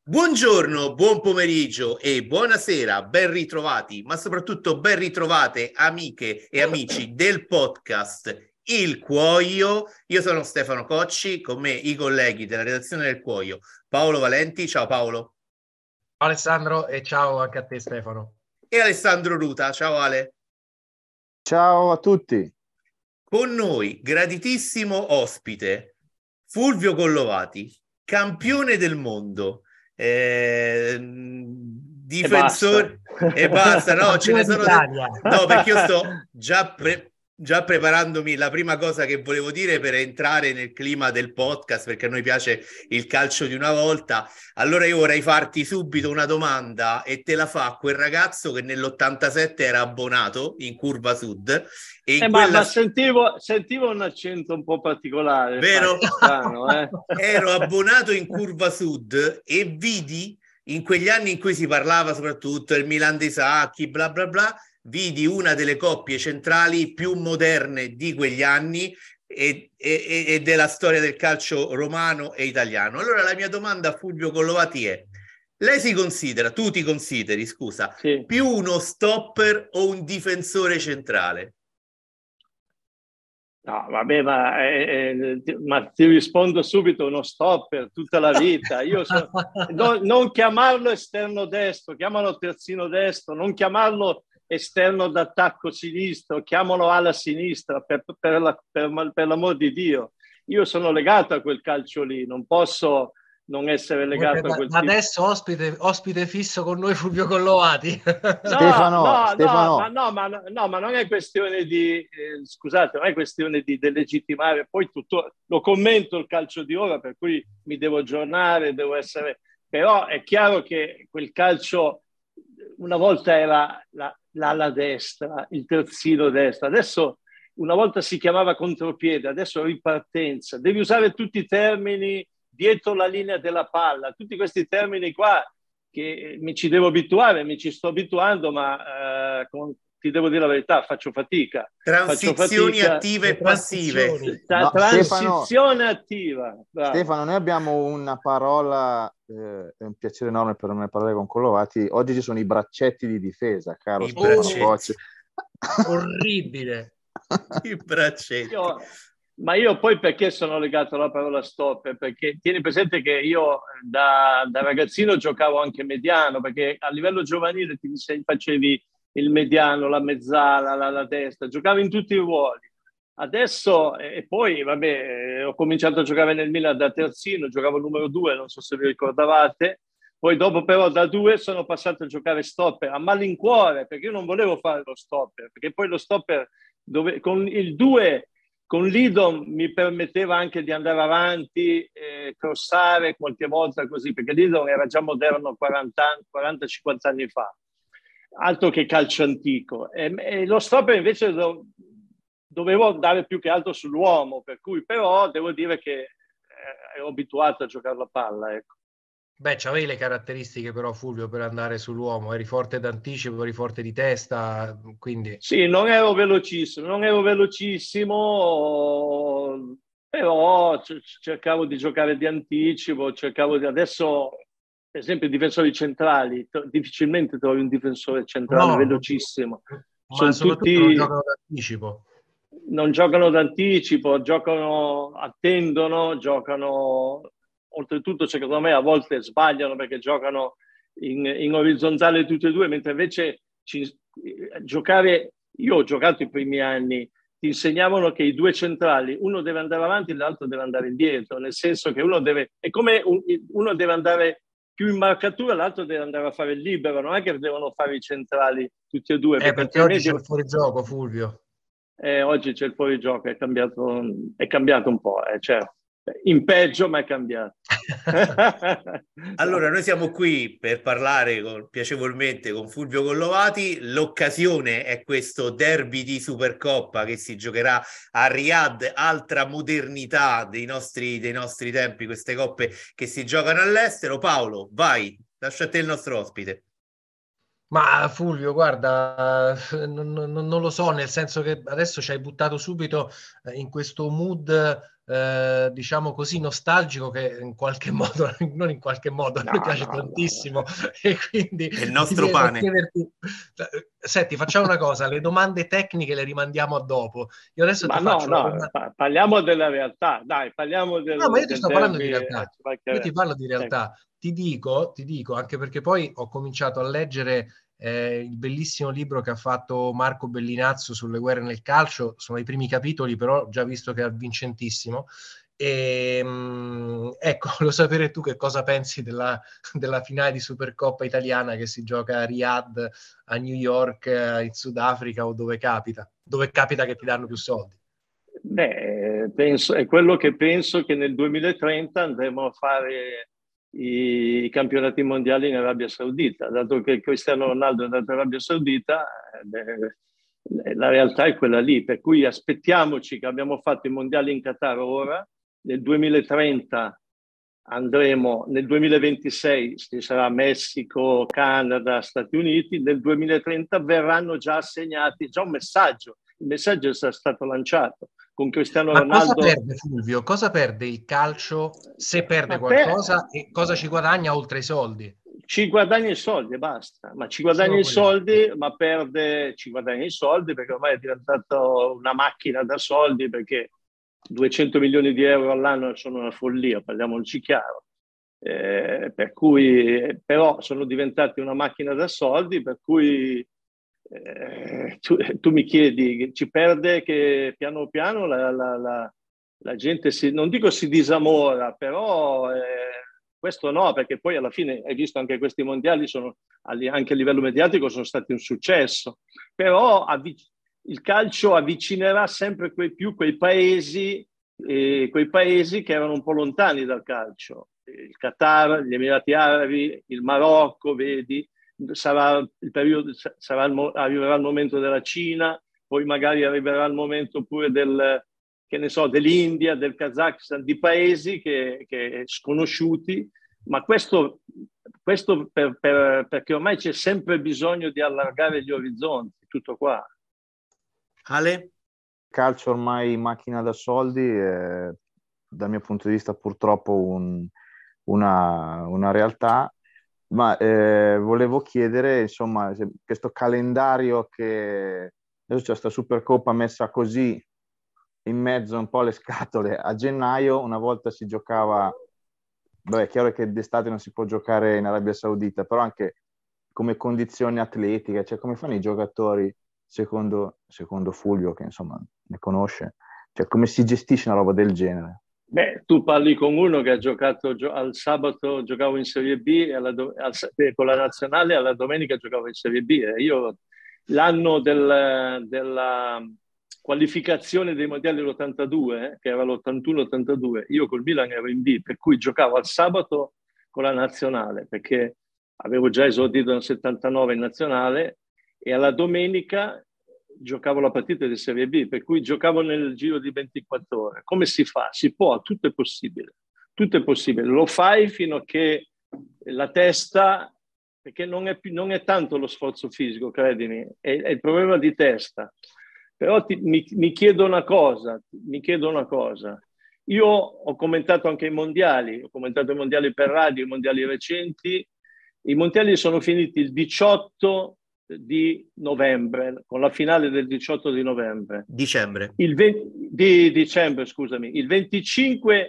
Buongiorno, buon pomeriggio e buonasera, ben ritrovati, ma soprattutto ben ritrovate amiche e amici del podcast Il Cuoio. Io sono Stefano Cocci, con me i colleghi della redazione del Cuoio, Paolo Valenti, ciao Paolo. Ciao Alessandro e ciao anche a te Stefano. E Alessandro Ruta, ciao Ale. Ciao a tutti. Con noi, graditissimo ospite, Fulvio Collovati, campione del mondo. Difensore e basta, no, ce ne sono no, perché io sto già preparandomi. La prima cosa che volevo dire per entrare nel clima del podcast, perché a noi piace il calcio di una volta, allora io vorrei farti subito una domanda e te la fa quel ragazzo che nell'87 era abbonato in Curva Sud e in ma sentivo un accento un po' particolare, vero? Strano, Ero abbonato in Curva Sud e vidi in quegli anni in cui si parlava soprattutto del Milan dei Sacchi, bla bla bla, vidi una delle coppie centrali più moderne di quegli anni e della storia del calcio romano e italiano. Allora la mia domanda a Fulvio Collovati è: lei tu ti consideri, scusa, sì, più uno stopper o un difensore centrale? No, vabbè, ma ti rispondo subito, uno stopper tutta la vita. Non chiamarlo esterno destro, chiamalo terzino destro, non chiamarlo esterno d'attacco sinistro, chiamalo ala sinistra, per l'amor di Dio. Io sono legato a quel calcio lì, non posso non essere legato a quel tipo. Adesso ospite fisso con noi Fulvio Collovati. Stefano. Ma non è questione di scusate, non è questione di delegittimare, poi tutto lo commento il calcio di ora, per cui mi devo aggiornare, devo essere, però è chiaro che quel calcio una volta era l'ala destra, il terzino destra, adesso una volta si chiamava contropiede, adesso ripartenza, devi usare tutti i termini dietro la linea della palla, tutti questi termini qua che mi ci devo abituare, mi ci sto abituando, ma ti devo dire la verità, faccio fatica. Transizioni attive e passive. Transizione attiva. Bravo. Stefano, noi abbiamo una parola, è un piacere enorme per me parlare con Collovati. Oggi ci sono i braccetti di difesa, caro Stefano Cocci. Orribile. I braccetti. Ma io poi perché sono legato alla parola stopper? Perché tieni presente che io da ragazzino giocavo anche mediano, perché a livello giovanile ti facevi il mediano, la mezzala, la destra, giocavi in tutti i ruoli. Adesso, e poi vabbè, ho cominciato a giocare nel Milan da terzino, giocavo numero 2, non so se vi ricordavate, poi dopo però da 2 sono passato a giocare stopper, a malincuore, perché io non volevo fare lo stopper, perché poi lo stopper con il 2... Con l'Idom mi permetteva anche di andare avanti, crossare qualche volta così, perché l'Idom era già moderno 40-50 anni fa, altro che calcio antico. E lo stopper invece dovevo andare più che altro sull'uomo, per cui però devo dire che ero abituato a giocare la palla, ecco. Beh, c'avevi le caratteristiche però, Fulvio, per andare sull'uomo, eri forte d'anticipo, eri forte di testa, quindi... Sì, non ero velocissimo, però cercavo di giocare di anticipo, adesso, per esempio, i difensori centrali, difficilmente trovi un difensore centrale velocissimo. Ma soprattutto non giocano d'anticipo. Non giocano d'anticipo, attendono, oltretutto secondo me a volte sbagliano perché giocano in orizzontale tutti e due, mentre invece giocare, io ho giocato i primi anni, ti insegnavano che i due centrali, uno deve andare avanti e l'altro deve andare indietro, nel senso che uno deve andare più in marcatura, l'altro deve andare a fare il libero, non è che devono fare i centrali tutti e due. Perché oggi c'è il fuorigioco, Fulvio. Oggi c'è il fuorigioco, è cambiato un po', certo. In peggio, ma è cambiato. Allora, noi siamo qui per parlare piacevolmente con Fulvio Collovati. L'occasione è questo derby di Supercoppa che si giocherà a Riyadh, altra modernità dei nostri tempi, queste coppe che si giocano all'estero. Paolo, vai, lascia a te il nostro ospite. Ma Fulvio, guarda, non lo so, nel senso che adesso ci hai buttato subito in questo mood diciamo così, nostalgico, che in qualche modo, non in qualche modo, a me piace tantissimo. E quindi è il nostro pane. Senti, facciamo una cosa, le domande tecniche le rimandiamo a dopo. Io adesso ti faccio parliamo della realtà, dai, parliamo del No, ma io ti sto parlando di derby, realtà. Io ti parlo di realtà. Ti dico, anche perché poi ho cominciato a leggere il bellissimo libro che ha fatto Marco Bellinazzo sulle guerre nel calcio. Sono i primi capitoli, però ho già visto che è avvincentissimo. E, ecco, lo sapere tu che cosa pensi della finale di Supercoppa italiana che si gioca a Riyadh, a New York, in Sudafrica o dove capita che ti danno più soldi. Beh, è quello che penso, che nel 2030 andremo a fare i campionati mondiali in Arabia Saudita. Dato che Cristiano Ronaldo è andato in Arabia Saudita, la realtà è quella lì. Per cui aspettiamoci che abbiamo fatto i mondiali in Qatar ora, nel 2030 andremo, nel 2026 ci sarà Messico, Canada, Stati Uniti, nel 2030 verranno già assegnati, già un messaggio. Il messaggio è stato lanciato. Con Cristiano Ronaldo. Cosa perde, Fulvio? Cosa perde il calcio se perde qualcosa e cosa ci guadagna oltre i soldi? Ci guadagna i soldi e basta, ma ci guadagna i soldi, ma ci guadagna i soldi perché ormai è diventato una macchina da soldi, perché 200 milioni di euro all'anno sono una follia, parliamoci chiaro. Per cui, però sono diventati una macchina da soldi, per cui tu mi chiedi, ci perde che piano piano la gente non dico si disamora, però questo no, perché poi alla fine hai visto anche questi mondiali anche a livello mediatico sono stati un successo, però il calcio avvicinerà sempre quei paesi che erano un po' lontani dal calcio, il Qatar, gli Emirati Arabi, il Marocco, vedi. Arriverà il momento della Cina, poi magari arriverà il momento pure dell'India, del Kazakistan, di paesi che sconosciuti, ma questo perché ormai c'è sempre bisogno di allargare gli orizzonti, tutto qua. Ale? Calcio ormai macchina da soldi è, dal mio punto di vista, purtroppo una realtà. Ma volevo chiedere, insomma, questo calendario che adesso c'è questa Supercoppa messa così in mezzo un po' alle scatole. A gennaio una volta si giocava, beh, è chiaro che d'estate non si può giocare in Arabia Saudita, però anche come condizioni atletiche, cioè come fanno i giocatori, secondo Fulvio, che insomma ne conosce, cioè come si gestisce una roba del genere? Beh, tu parli con uno che ha giocato al sabato, giocavo in Serie B con la nazionale, alla domenica giocavo in Serie B. Io l'anno della qualificazione dei mondiali dell'82, che era l'81-82, io col Milan ero in B, per cui giocavo al sabato con la nazionale, perché avevo già esordito nel 79 in nazionale, e alla domenica giocavo la partita di Serie B, per cui giocavo nel giro di 24 ore. Come si fa? Si può, tutto è possibile. Tutto è possibile. Lo fai fino a che la testa, perché non è tanto lo sforzo fisico, credimi, è il problema di testa. Però mi chiedo una cosa. Io ho commentato anche i mondiali, ho commentato i mondiali per radio, i mondiali recenti. I mondiali sono finiti il 18 di novembre, con la finale del 18 di novembre. Di dicembre, scusami. Il 25,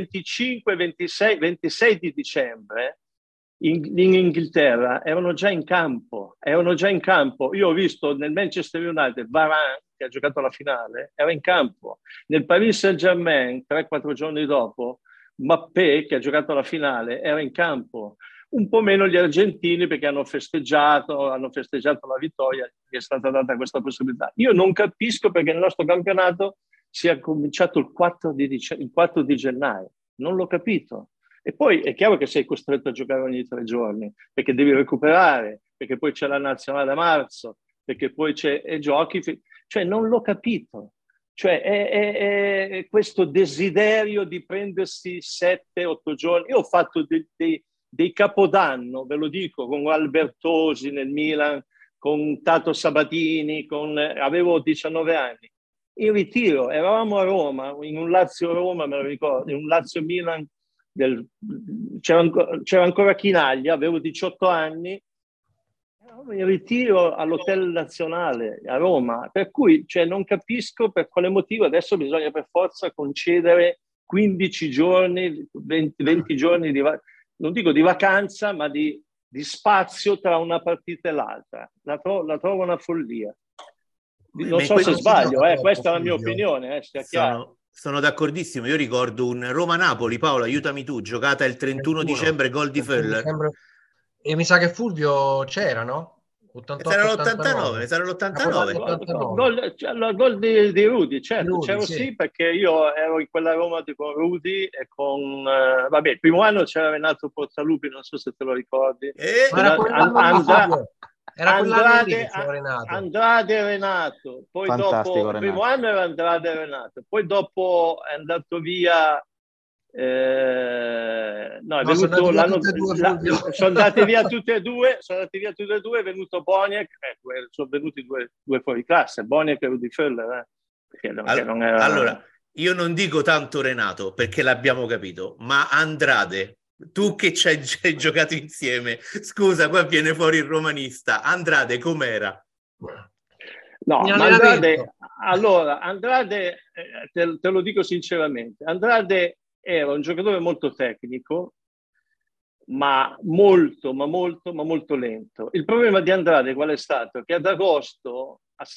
26 di dicembre in Inghilterra erano già in campo. Io ho visto nel Manchester United Varane, che ha giocato la finale, era in campo. Nel Paris Saint-Germain, 3-4 giorni dopo, Mbappé, che ha giocato la finale, era in campo. Un po' meno gli argentini, perché hanno festeggiato la vittoria, gli è stata data questa possibilità. Io non capisco perché nel nostro campionato sia cominciato il 4 di gennaio, non l'ho capito. E poi è chiaro che sei costretto a giocare ogni 3 giorni, perché devi recuperare, perché poi c'è la nazionale a marzo, perché poi c'è giochi, cioè non l'ho capito. Cioè è questo desiderio di prendersi 7-8 giorni. Io ho fatto dei capodanno, ve lo dico, con Albertosi nel Milan, con Tato Sabatini, avevo 19 anni. in ritiro. Eravamo a Roma, in un Lazio-Roma, me lo ricordo, in un Lazio-Milan, c'era ancora Chinaglia, avevo 18 anni, eravamo in ritiro all'Hotel Nazionale a Roma, per cui non capisco per quale motivo adesso bisogna per forza concedere 15 giorni, 20 giorni non dico di vacanza, ma di spazio tra una partita e l'altra. La trovo una follia. Non so se sbaglio, questa è la mia opinione, sia chiaro. Sono d'accordissimo. Io ricordo un Roma-Napoli, Paolo, aiutami tu, giocata il 31 dicembre, gol di Föller. E mi sa che Fulvio c'era, no? 88, sarà l'89. Gol di Rudy, certo, c'ero sì, perché io ero in quella Roma con Rudy e con vabbè, il primo anno c'era Renato Portaluppi, non so se te lo ricordi. Andrade e Renato, poi fantastico, dopo il primo anno era Andrade e Renato, poi dopo è andato via sono andati via tutte e due, è venuto Boniek, sono venuti due fuori classe, Boniek e Rudy Föller, non era... Allora, io non dico tanto Renato perché l'abbiamo capito, ma Andrade, tu che ci hai giocato insieme, scusa, qua viene fuori il romanista, Andrade com'era? No, ma Andrade, te lo dico sinceramente, Andrade era un giocatore molto tecnico, ma molto lento. Il problema di Andrade qual è stato? Che ad agosto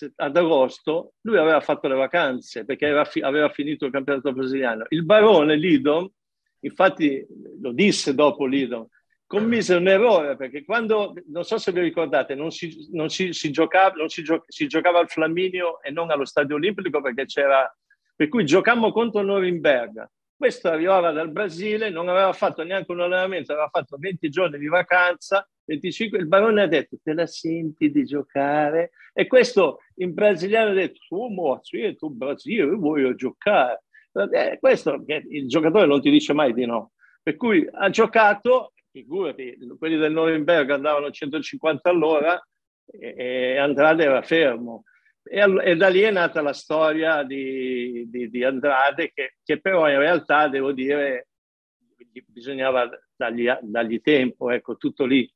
lui aveva fatto le vacanze perché aveva finito il campionato brasiliano. Il barone Lidom, infatti lo disse dopo Lidom, commise un errore perché quando, non so se vi ricordate, si giocava al Flaminio e non allo Stadio Olimpico per cui giocammo contro Norimberga. Questo arrivava dal Brasile, non aveva fatto neanche un allenamento, aveva fatto 20 giorni di vacanza, 25, il barone ha detto, te la senti di giocare? E questo in brasiliano ha detto, tu Brasile, voglio giocare. Questo il giocatore non ti dice mai di no. Per cui ha giocato, figurati, quelli del Norimberga andavano a 150 all'ora e Andrade era fermo. E da lì è nata la storia di Andrade che però in realtà, devo dire, bisognava dargli tempo, ecco, tutto lì.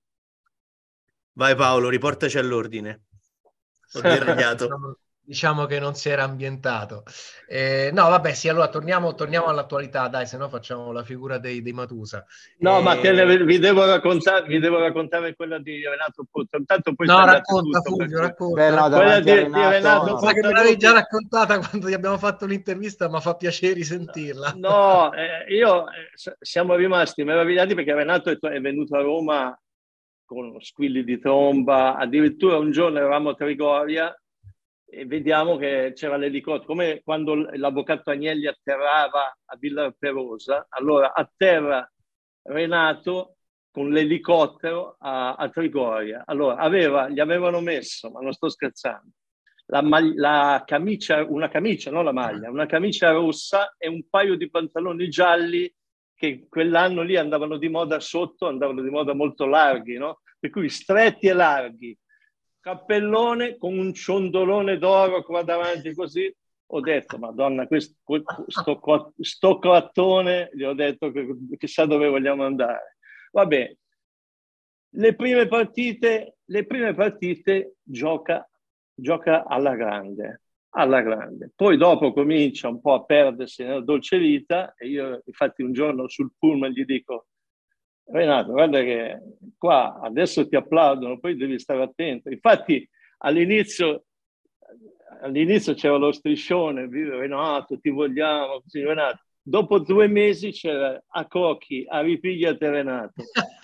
Vai Paolo, riportaci all'ordine. Ho deragliato. Diciamo che non si era ambientato. No, vabbè, sì, allora torniamo all'attualità, dai, se no facciamo la figura dei Matusa. No, ma vi devo raccontare quella di Renato Portaluppi. Tanto poi no, racconta Fulvio, racconta. Quella di Renato Portaluppi. Che me l'avevi già raccontata quando gli abbiamo fatto l'intervista, ma fa piacere sentirla. No, siamo rimasti meravigliati perché Renato è venuto a Roma con squilli di tromba, addirittura un giorno eravamo a Trigoria e vediamo che c'era l'elicottero, come quando l'avvocato Agnelli atterrava a Villa Perosa, allora atterra Renato con l'elicottero a Trigoria. Allora gli avevano messo, ma non sto scherzando, la camicia, una camicia, non la maglia, una camicia rossa e un paio di pantaloni gialli che quell'anno lì andavano di moda molto larghi, no? Per cui stretti e larghi, cappellone con un ciondolone d'oro qua davanti così. Ho detto, Madonna, sto coattone, gli ho detto che chissà dove vogliamo andare. Vabbè, le prime partite gioca alla grande. Poi dopo comincia un po' a perdersi nella dolce vita e io infatti un giorno sul pullman gli dico, Renato, guarda che qua adesso ti applaudono, poi devi stare attento. Infatti all'inizio c'era lo striscione, Renato, ti vogliamo, così, Renato. Dopo 2 mesi c'era a Cocchi, a ripigliate Renato.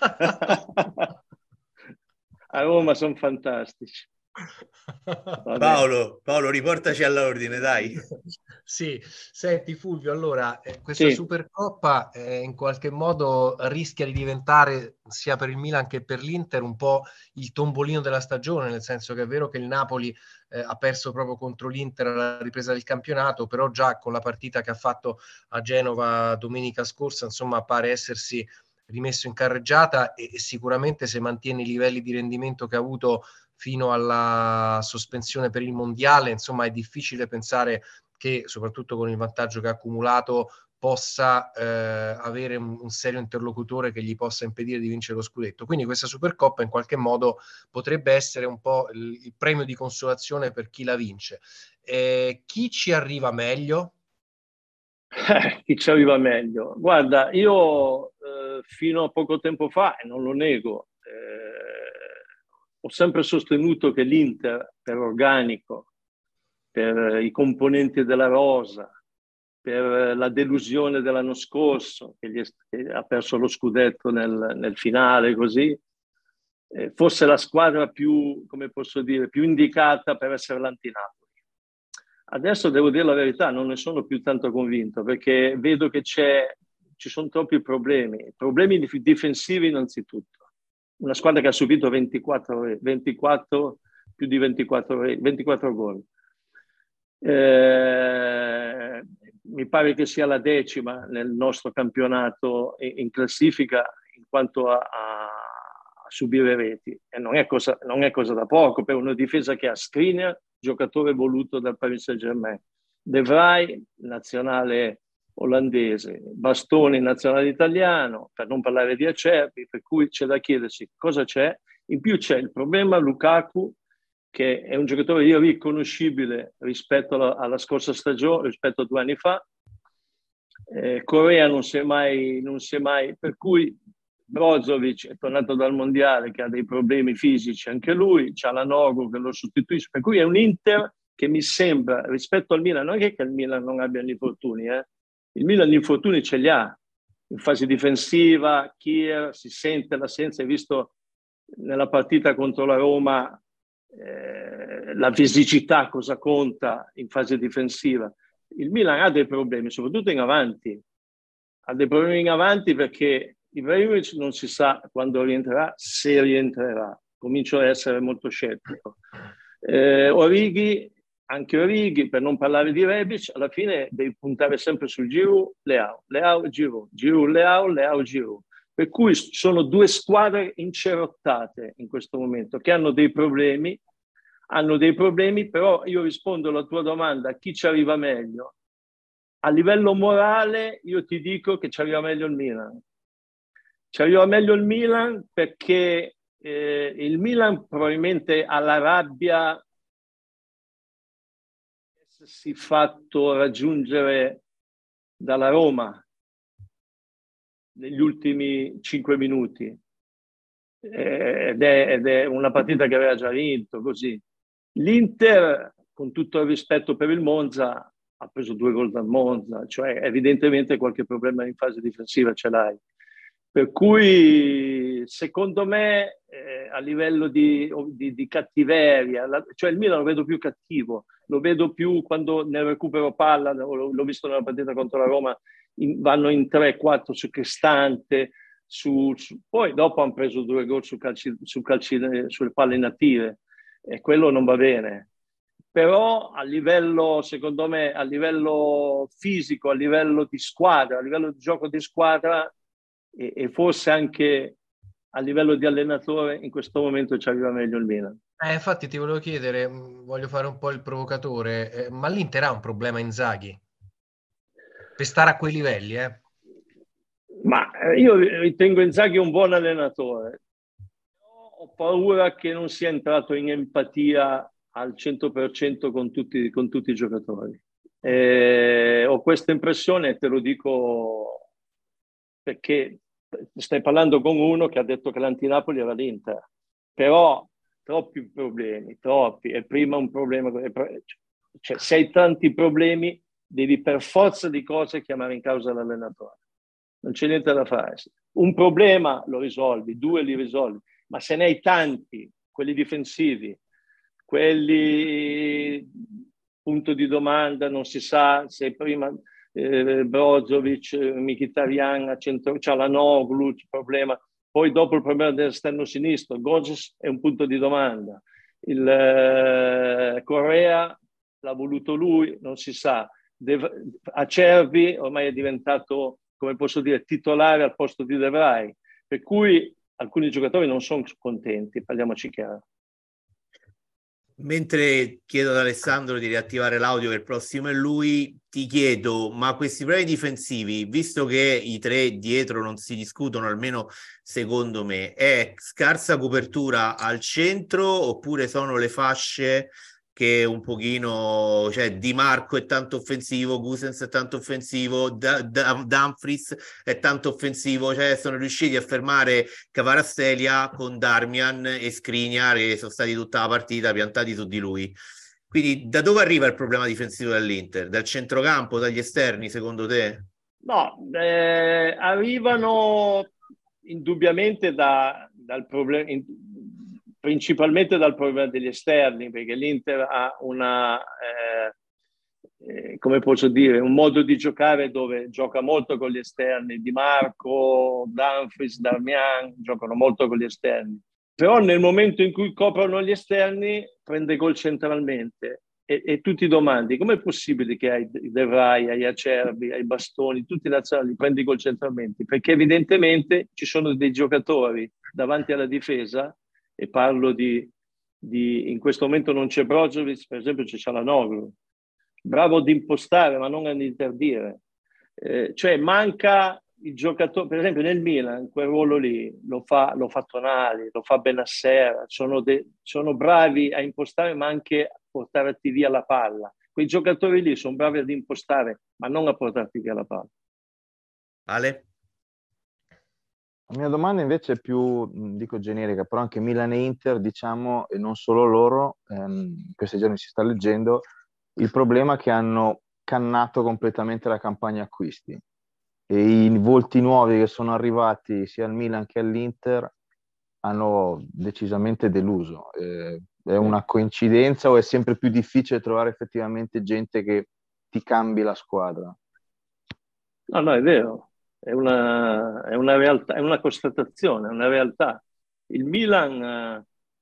A Roma sono fantastici. Paolo, riportaci all'ordine, dai. Sì, senti Fulvio, allora questa Supercoppa in qualche modo rischia di diventare sia per il Milan che per l'Inter un po' il tombolino della stagione, nel senso che è vero che il Napoli ha perso proprio contro l'Inter alla ripresa del campionato, però già con la partita che ha fatto a Genova domenica scorsa, insomma, pare essersi rimesso in carreggiata e sicuramente se mantiene i livelli di rendimento che ha avuto fino alla sospensione per il mondiale, insomma è difficile pensare che soprattutto con il vantaggio che ha accumulato possa avere un serio interlocutore che gli possa impedire di vincere lo scudetto. Quindi questa Supercoppa in qualche modo potrebbe essere un po' il premio di consolazione per chi la vince. Chi ci arriva meglio? Chi ci arriva meglio? Guarda, io fino a poco tempo fa, e non lo nego, ho sempre sostenuto che l'Inter, per organico, per i componenti della rosa, per la delusione dell'anno scorso, che ha perso lo scudetto nel finale, così, fosse la squadra più, come posso dire, più indicata per essere l'Antinapoli. Adesso devo dire la verità, non ne sono più tanto convinto, perché vedo che ci sono troppi problemi difensivi innanzitutto. Una squadra che ha subito 24 più di 24 gol. Mi pare che sia la 10ª nel nostro campionato in classifica in quanto a subire reti, e non è cosa da poco per una difesa che ha Skriniar, giocatore voluto dal Paris Saint-Germain, De Vrij, nazionale olandese, Bastoni, nazionale italiano, per non parlare di Acerbi, per cui c'è da chiedersi cosa c'è. In più c'è il problema Lukaku, che è un giocatore irriconoscibile rispetto alla scorsa stagione, rispetto a 2 anni fa. Correa non si è mai, per cui Brozovic è tornato dal mondiale che ha dei problemi fisici anche lui, c'ha la Nogo che lo sostituisce, per cui è un Inter che mi sembra, rispetto al Milan, non è che il Milan non abbia gli infortuni, il Milan gli infortuni ce li ha, in fase difensiva, Kier, si sente l'assenza, hai visto nella partita contro la Roma la fisicità cosa conta in fase difensiva. Il Milan ha dei problemi, soprattutto in avanti, ha dei problemi in avanti perché Ibrahimovic non si sa quando rientrerà, se rientrerà. Comincio a essere molto scettico. Origi, per non parlare di Rebic, alla fine devi puntare sempre sul Giroud, Leao, Giroud, Leao, Giroud. Per cui sono 2 squadre incerottate in questo momento, che hanno dei problemi, però io rispondo alla tua domanda, chi ci arriva meglio? A livello morale io ti dico che ci arriva meglio il Milan. Ci arriva meglio il Milan perché il Milan probabilmente ha la rabbia di essersi fatto raggiungere dalla Roma negli ultimi 5 minuti ed è una partita che aveva già vinto, così. L'Inter, con tutto il rispetto per il Monza, ha preso 2 gol dal Monza, cioè evidentemente qualche problema in fase difensiva ce l'hai. Per cui secondo me a livello di cattiveria, cioè il Milan lo vedo più cattivo, lo vedo più quando nel recupero palla, l'ho visto nella partita contro la Roma, vanno in 3-4 su Cristante, poi dopo hanno preso 2 gol sulle palle inattive e quello non va bene. Però a livello, secondo me, a livello fisico, a livello di squadra, a livello di gioco di squadra e forse anche a livello di allenatore, in questo momento ci arriva meglio il Milan. Infatti ti volevo chiedere, voglio fare un po' il provocatore, ma l'Inter ha un problema Inzaghi? Per stare a quei livelli, Ma io ritengo Inzaghi un buon allenatore. Ho paura che non sia entrato in empatia al 100% con tutti i giocatori. Ho questa impressione e te lo dico perché stai parlando con uno che ha detto che l'Antinapoli era l'Inter, però troppi problemi, e prima un problema, cioè se hai tanti problemi devi per forza di cose chiamare in causa l'allenatore, non c'è niente da fare. Un problema lo risolvi, 2 li risolvi, ma se ne hai tanti, quelli difensivi, quelli punto di domanda, non si sa se prima Brozovic, Mkhitaryan, Çalhanoğlu, il problema, poi dopo il problema dell'esterno sinistro, Gozes è un punto di domanda, il Correa l'ha voluto lui, non si sa, Acerbi ormai è diventato, come posso dire, titolare al posto di De Vrij, per cui alcuni giocatori non sono contenti, parliamoci chiaro. Mentre chiedo ad Alessandro di riattivare l'audio, che il prossimo è lui, ti chiedo, ma questi problemi difensivi, visto che i tre dietro non si discutono, almeno secondo me, è scarsa copertura al centro oppure sono le fasce che un pochino, cioè Di Marco è tanto offensivo, Gosens è tanto offensivo, Dumfries è tanto offensivo, cioè sono riusciti a fermare Kvaratskhelia con Darmian e Skriniar che sono stati tutta la partita piantati su di lui. Quindi da dove arriva il problema difensivo dell'Inter? Dal centrocampo, dagli esterni, secondo te? No, arrivano indubbiamente principalmente dal problema degli esterni, perché l'Inter ha come posso dire, un modo di giocare dove gioca molto con gli esterni. Di Marco, Dumfries, Darmian giocano molto con gli esterni. Però nel momento in cui coprono gli esterni prende gol centralmente. E tu ti domandi com'è possibile che hai De Vrij, hai Acerbi, hai Bastoni, tutti i nazionali prendi gol centralmente? Perché evidentemente ci sono dei giocatori davanti alla difesa, e parlo in questo momento non c'è Brozovic, per esempio c'è Çalhanoğlu, bravo ad impostare ma non ad interdire. Cioè manca il giocatore, per esempio nel Milan quel ruolo lì lo fa Tonali, lo fa Bennacer, sono bravi a impostare ma anche a portarti via la palla. Quei giocatori lì sono bravi ad impostare ma non a portarti via la palla. Ale? La mia domanda invece è più, dico generica, però anche Milan e Inter, diciamo, e non solo loro, in questi giorni si sta leggendo, il problema è che hanno cannato completamente la campagna acquisti. E i volti nuovi che sono arrivati sia al Milan che all'Inter hanno decisamente deluso. È una coincidenza o è sempre più difficile trovare effettivamente gente che ti cambi la squadra? No, è vero, è una realtà, è una constatazione, è una realtà. Il Milan,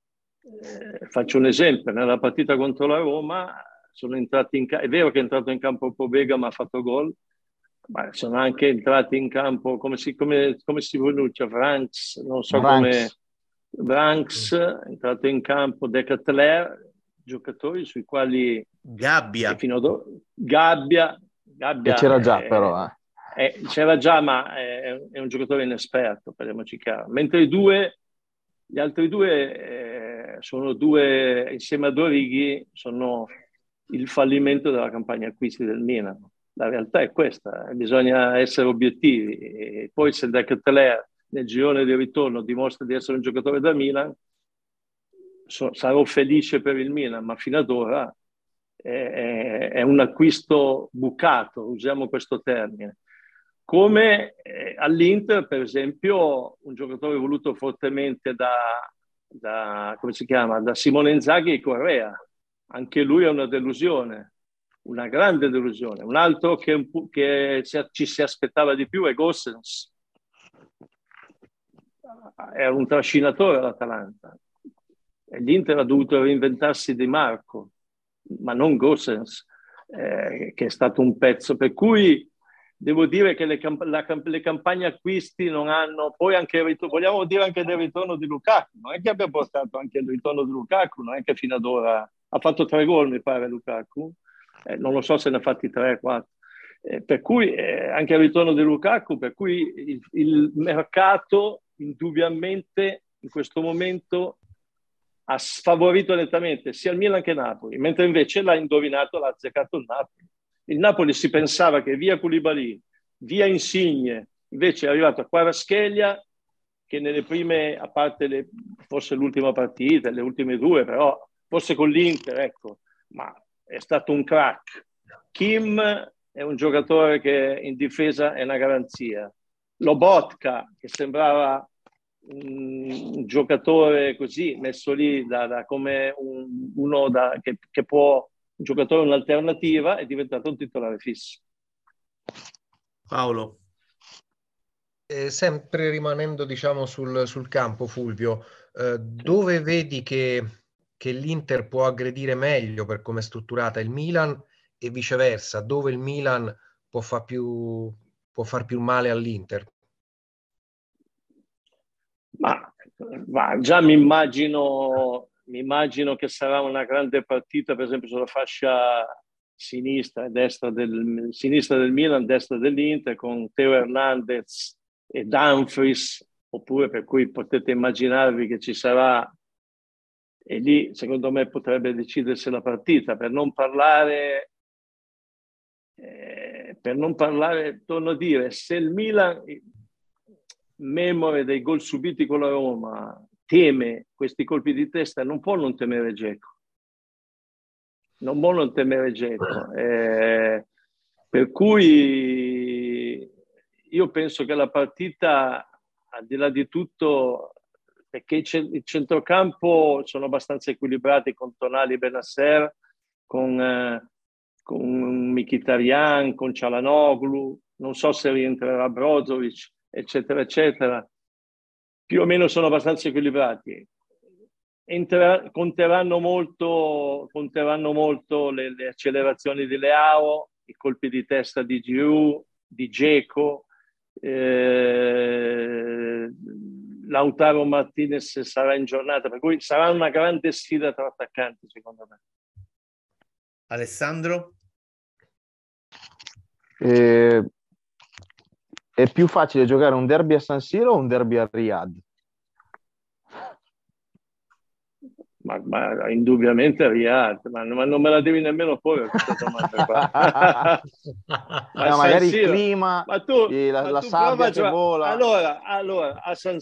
faccio un esempio, nella partita contro la Roma sono entrati è vero che è entrato in campo Pobega ma ha fatto gol, ma sono anche entrati in campo, come si pronuncia? Branks, non so come... Branks, è entrato in campo De Ketelaere, giocatori sui quali... Gabbia. Gabbia che c'era già però. C'era già, ma è un giocatore inesperto, parliamoci chiaro. Mentre gli altri due sono due, insieme a Origi, sono il fallimento della campagna acquisti del Milan. La realtà è questa, bisogna essere obiettivi. E poi se De Ketelaere nel girone di ritorno dimostra di essere un giocatore da Milan, sarò felice per il Milan, ma fino ad ora è un acquisto bucato, usiamo questo termine. Come all'Inter, per esempio, un giocatore voluto fortemente come si chiama? Da Simone Inzaghi e Correa. Anche lui è una delusione, una grande delusione. Un altro che ci si aspettava di più è Gosens. Era un trascinatore all'Atalanta. E l'Inter ha dovuto reinventarsi Di Marco, ma non Gosens, che è stato un pezzo. Per cui devo dire che le campagne acquisti non hanno... Poi anche vogliamo dire anche del ritorno di Lukaku. Non è che abbia portato anche il ritorno di Lukaku, non è che fino ad ora... Ha fatto 3 gol, mi pare, Lukaku. Non lo so se ne ha fatti 3 o 4. Per cui anche il ritorno di Lukaku, per cui il mercato indubbiamente in questo momento ha sfavorito nettamente sia il Milan che il Napoli, mentre invece l'ha azzeccato il Napoli. Il Napoli si pensava che via Koulibaly, via Insigne, invece è arrivato a Kvaratskhelia, che nelle prime, a parte forse l'ultima partita, le ultime 2, però forse con l'Inter, ecco, ma è stato un crack. Kim è un giocatore che in difesa è una garanzia. Lobotka, che sembrava un giocatore così messo lì come uno che può, un giocatore, un'alternativa, è diventato un titolare fisso. Paolo. Sempre rimanendo diciamo sul campo, Fulvio, dove vedi che l'Inter può aggredire meglio per come è strutturata il Milan e viceversa, dove il Milan può far più male all'Inter? Ma già mi immagino mi immagino che sarà una grande partita, per esempio sulla fascia sinistra del Milan, destra dell'Inter, con Teo Hernandez e Dumfries, oppure per cui potete immaginarvi che ci sarà, e lì secondo me potrebbe decidersi la partita, per non parlare, torno a dire, se il Milan, memore dei gol subiti con la Roma, teme questi colpi di testa, non può non temere Dzeko. Non può non temere Dzeko. Per cui io penso che la partita, al di là di tutto, perché il centrocampo sono abbastanza equilibrati con Tonali, Benasser, con Mkhitaryan, con Çalhanoğlu, non so se rientrerà Brozovic, eccetera, eccetera. Più o meno sono abbastanza equilibrati. Conteranno molto le accelerazioni di Leao, i colpi di testa di Giroud, di Dzeko, Lautaro Martinez sarà in giornata, per cui sarà una grande sfida tra attaccanti, secondo me. Alessandro? È più facile giocare un derby a San Siro o un derby a Riyadh? Ma indubbiamente Riyadh, ma non me la devi nemmeno porre questa domanda qua. No, magari il clima, ma tu la sabbia che vola. Allora, a San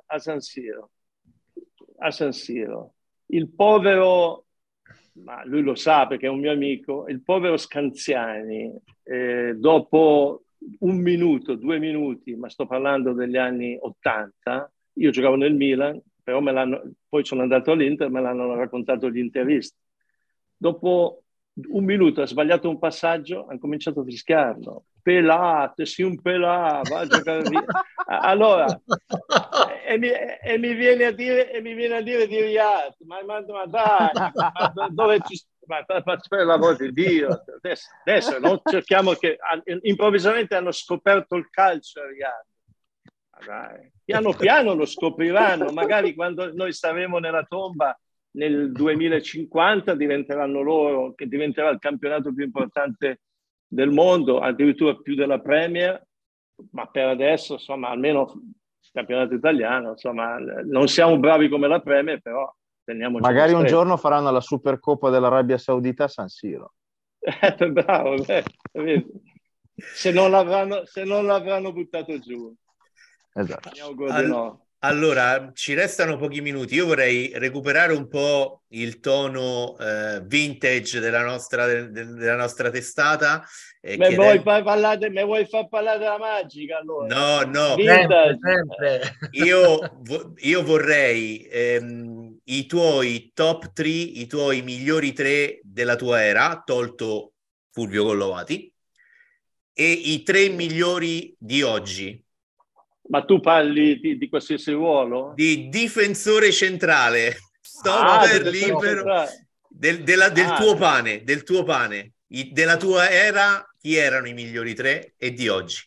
Siro, il povero, ma lui lo sa perché è un mio amico, il povero Scanziani, dopo 1 minuto, 2 minuti, ma sto parlando degli anni 80, io giocavo nel Milan, però poi sono andato all'Inter, me l'hanno raccontato gli interisti. Dopo 1 minuto ha sbagliato un passaggio, hanno cominciato a fischiarlo. Pelate, sì, un pelà, va a giocare via. Allora, e mi viene a dire di Riyadh, ma dai, ma dove ci... Ma per l'amor di Dio, adesso non cerchiamo che improvvisamente hanno scoperto il calcio a Riyadh. Dai. Piano piano lo scopriranno, magari quando noi saremo nella tomba nel 2050 diventeranno loro, che diventerà il campionato più importante del mondo, addirittura più della Premier, ma per adesso, insomma, almeno il campionato italiano, insomma, non siamo bravi come la Premier, però teniamoci. Magari un giorno faranno la Supercoppa dell'Arabia Saudita a San Siro. Bravo, se non l'avranno buttato giù. Esatto. Allora, ci restano pochi minuti. Io vorrei recuperare un po' il tono vintage della nostra testata. Mi vuoi far parlare della Magica, allora? No. Sempre. Io vorrei i tuoi top 3, i tuoi migliori 3 della tua era, tolto Fulvio Collovati, e i 3 migliori di oggi. Ma tu parli di qualsiasi ruolo? Di difensore centrale, stopper libero, del tuo pane, della tua era, chi erano i migliori 3 e di oggi?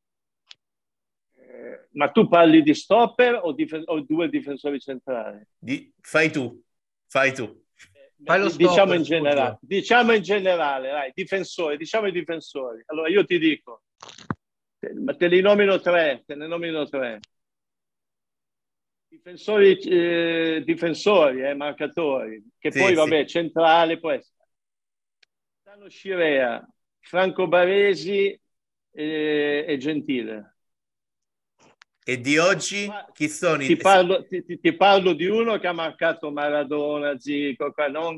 Ma tu parli di stopper o 2 difensori centrali? Fai tu. Fai lo stopper, diciamo in generale, dai, difensori, diciamo i difensori. Allora io ti dico, ma te ne nomino 3. Difensori, marcatori, che poi vabbè, centrale può essere Tano Scirea, Franco Baresi e Gentile. E di oggi chi sono? Ti parlo di uno che ha marcato Maradona, Zico,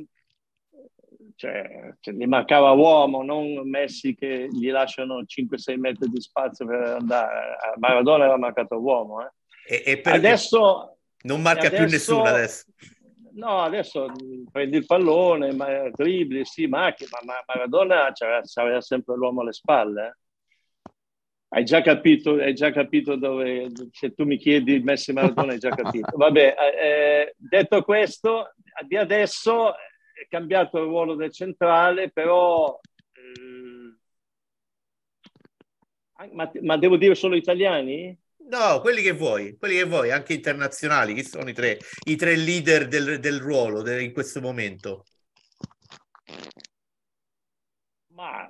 cioè li marcava uomo, non Messi che gli lasciano 5-6 metri di spazio per andare. Maradona era marcato uomo. Adesso non marca più nessuno adesso. No, adesso prendi il pallone, dribbli, sì, ma Maradona c'aveva sempre l'uomo alle spalle. Hai già capito dove, se tu mi chiedi Messi Maradona hai già capito. Vabbè, detto questo, di adesso è cambiato il ruolo del centrale, però ma devo dire solo italiani? No, quelli che vuoi, anche internazionali. Chi sono i tre leader del ruolo in questo momento? Ma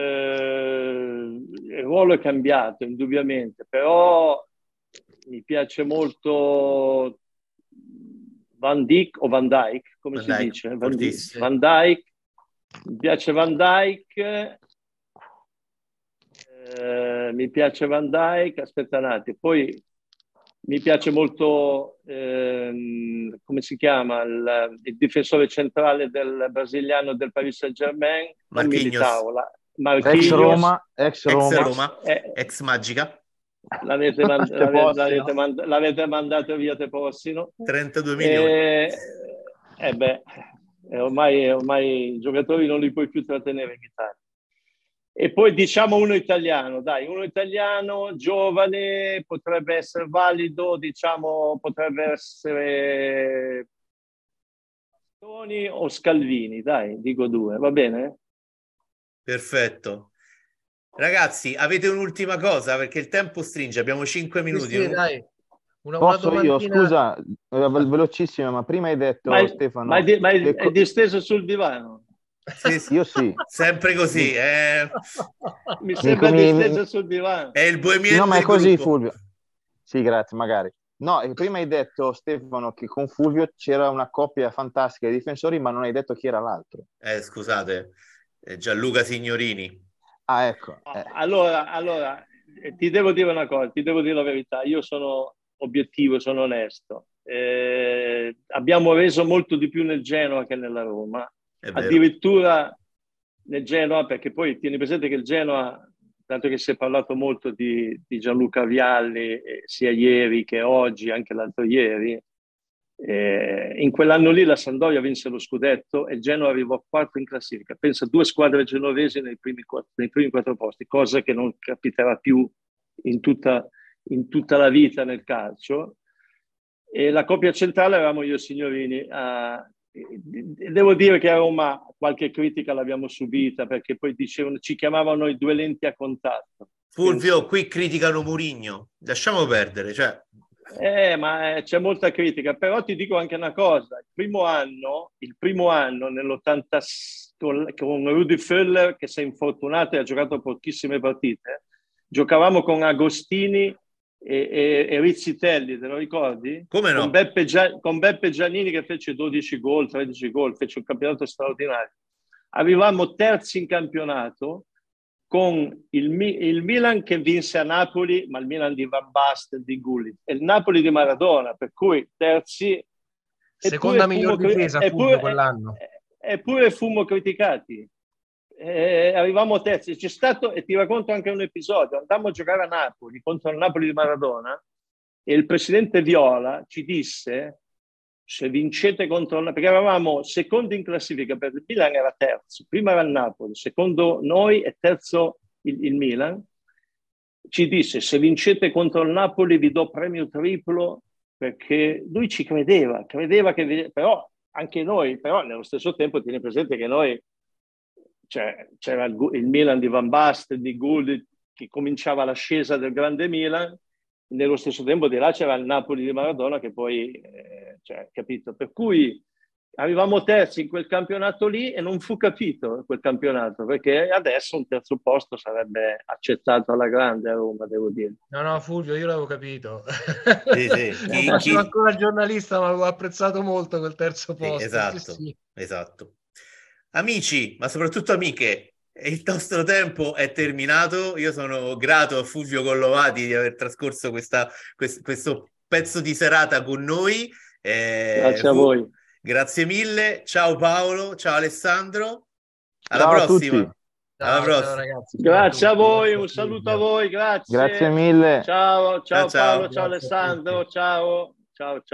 il ruolo è cambiato, indubbiamente, però mi piace molto Van Dijk o Van Dijk, come si dice? Van Dijk. Mi piace Van Dijk. Mi piace Van Dijk, aspetta un attimo. Poi mi piace molto, come si chiama, il difensore centrale del brasiliano del Paris Saint-Germain, Marquinhos. Marquinhos. Ex Roma, ex Magica. L'avete mandato via Te Possino. 32 milioni. Ormai i giocatori non li puoi più trattenere in Italia. E poi diciamo uno italiano, giovane, potrebbe essere valido, diciamo, potrebbe essere Toni o Scalvini, dai, dico due, va bene? Perfetto. Ragazzi, avete un'ultima cosa, perché il tempo stringe, abbiamo 5 minuti. Sì, dai. Posso io, scusa, velocissima, ma prima hai detto, Stefano... Ma è disteso sul divano? Sì. Io sì. Sempre così. Mi sembra disteso sul divano. È il bohemian. No, ma è così, gruppo. Fulvio. Sì, grazie, magari. No, prima hai detto, Stefano, che con Fulvio c'era una coppia fantastica di difensori, ma non hai detto chi era l'altro. Scusate, Gianluca Signorini. Ah, ecco. Allora, ti devo dire una cosa, ti devo dire la verità. Io sono obiettivo, sono onesto. Abbiamo reso molto di più nel Genoa che nella Roma. Addirittura nel Genoa, perché poi tieni presente che il Genoa, tanto che si è parlato molto di Gianluca Vialli, sia ieri che oggi, anche l'altro ieri, in quell'anno lì la Sampdoria vinse lo scudetto e il Genoa arrivò quarto in classifica. Pensa, 2 squadre genovesi nei primi 4 posti, cosa che non capiterà più in tutta la vita nel calcio. E la coppia centrale eravamo io e Signorini. Devo dire che a Roma qualche critica l'abbiamo subita, perché poi dicevano, ci chiamavano i 2 lenti a contatto. Fulvio, qui criticano Mourinho, lasciamo perdere, cioè. Ma c'è molta critica, però ti dico anche una cosa: il primo anno nell'80 con Rudi Völler, che si è infortunato e ha giocato pochissime partite, giocavamo con Agostini e Rizzitelli, te lo ricordi? Come no? Con Beppe Giannini, che fece 12 gol, 13 gol, fece un campionato straordinario. Arrivammo terzi in campionato con il Milan che vinse a Napoli, ma il Milan di Van Basten, di Gullit, e il Napoli di Maradona, per cui terzi. Seconda miglior difesa quell'anno. Eppure fummo criticati. Arrivammo terzi. C'è stato, e ti racconto anche un episodio, andammo a giocare a Napoli contro il Napoli di Maradona e il presidente Viola ci disse: se vincete contro, perché eravamo secondi in classifica, perché il Milan era terzo, prima era il Napoli, secondo noi è terzo il Milan, ci disse: se vincete contro il Napoli vi do premio triplo, perché lui ci credeva che, però anche noi, però nello stesso tempo tieni presente che noi, cioè, c'era il Milan di Van Basten, di Gullit, che cominciava l'ascesa del grande Milan, nello stesso tempo di là c'era il Napoli di Maradona che poi, capito? Per cui arrivavamo terzi in quel campionato lì e non fu capito quel campionato, perché adesso un terzo posto sarebbe accettato alla grande a Roma, devo dire. No, Fulvio, io l'avevo capito. Sì. Sono ancora giornalista, ma avevo apprezzato molto quel terzo posto. Esatto. Amici, ma soprattutto amiche, il nostro tempo è terminato. Io sono grato a Fulvio Collovati di aver trascorso questo pezzo di serata con noi. Grazie a voi. Grazie mille. Ciao Paolo, ciao Alessandro. Alla ciao prossima. A tutti. Alla prossima. Ciao, ragazzi. Grazie a voi, un saluto a voi, grazie. Grazie mille. Ciao Paolo, ciao Alessandro, ciao.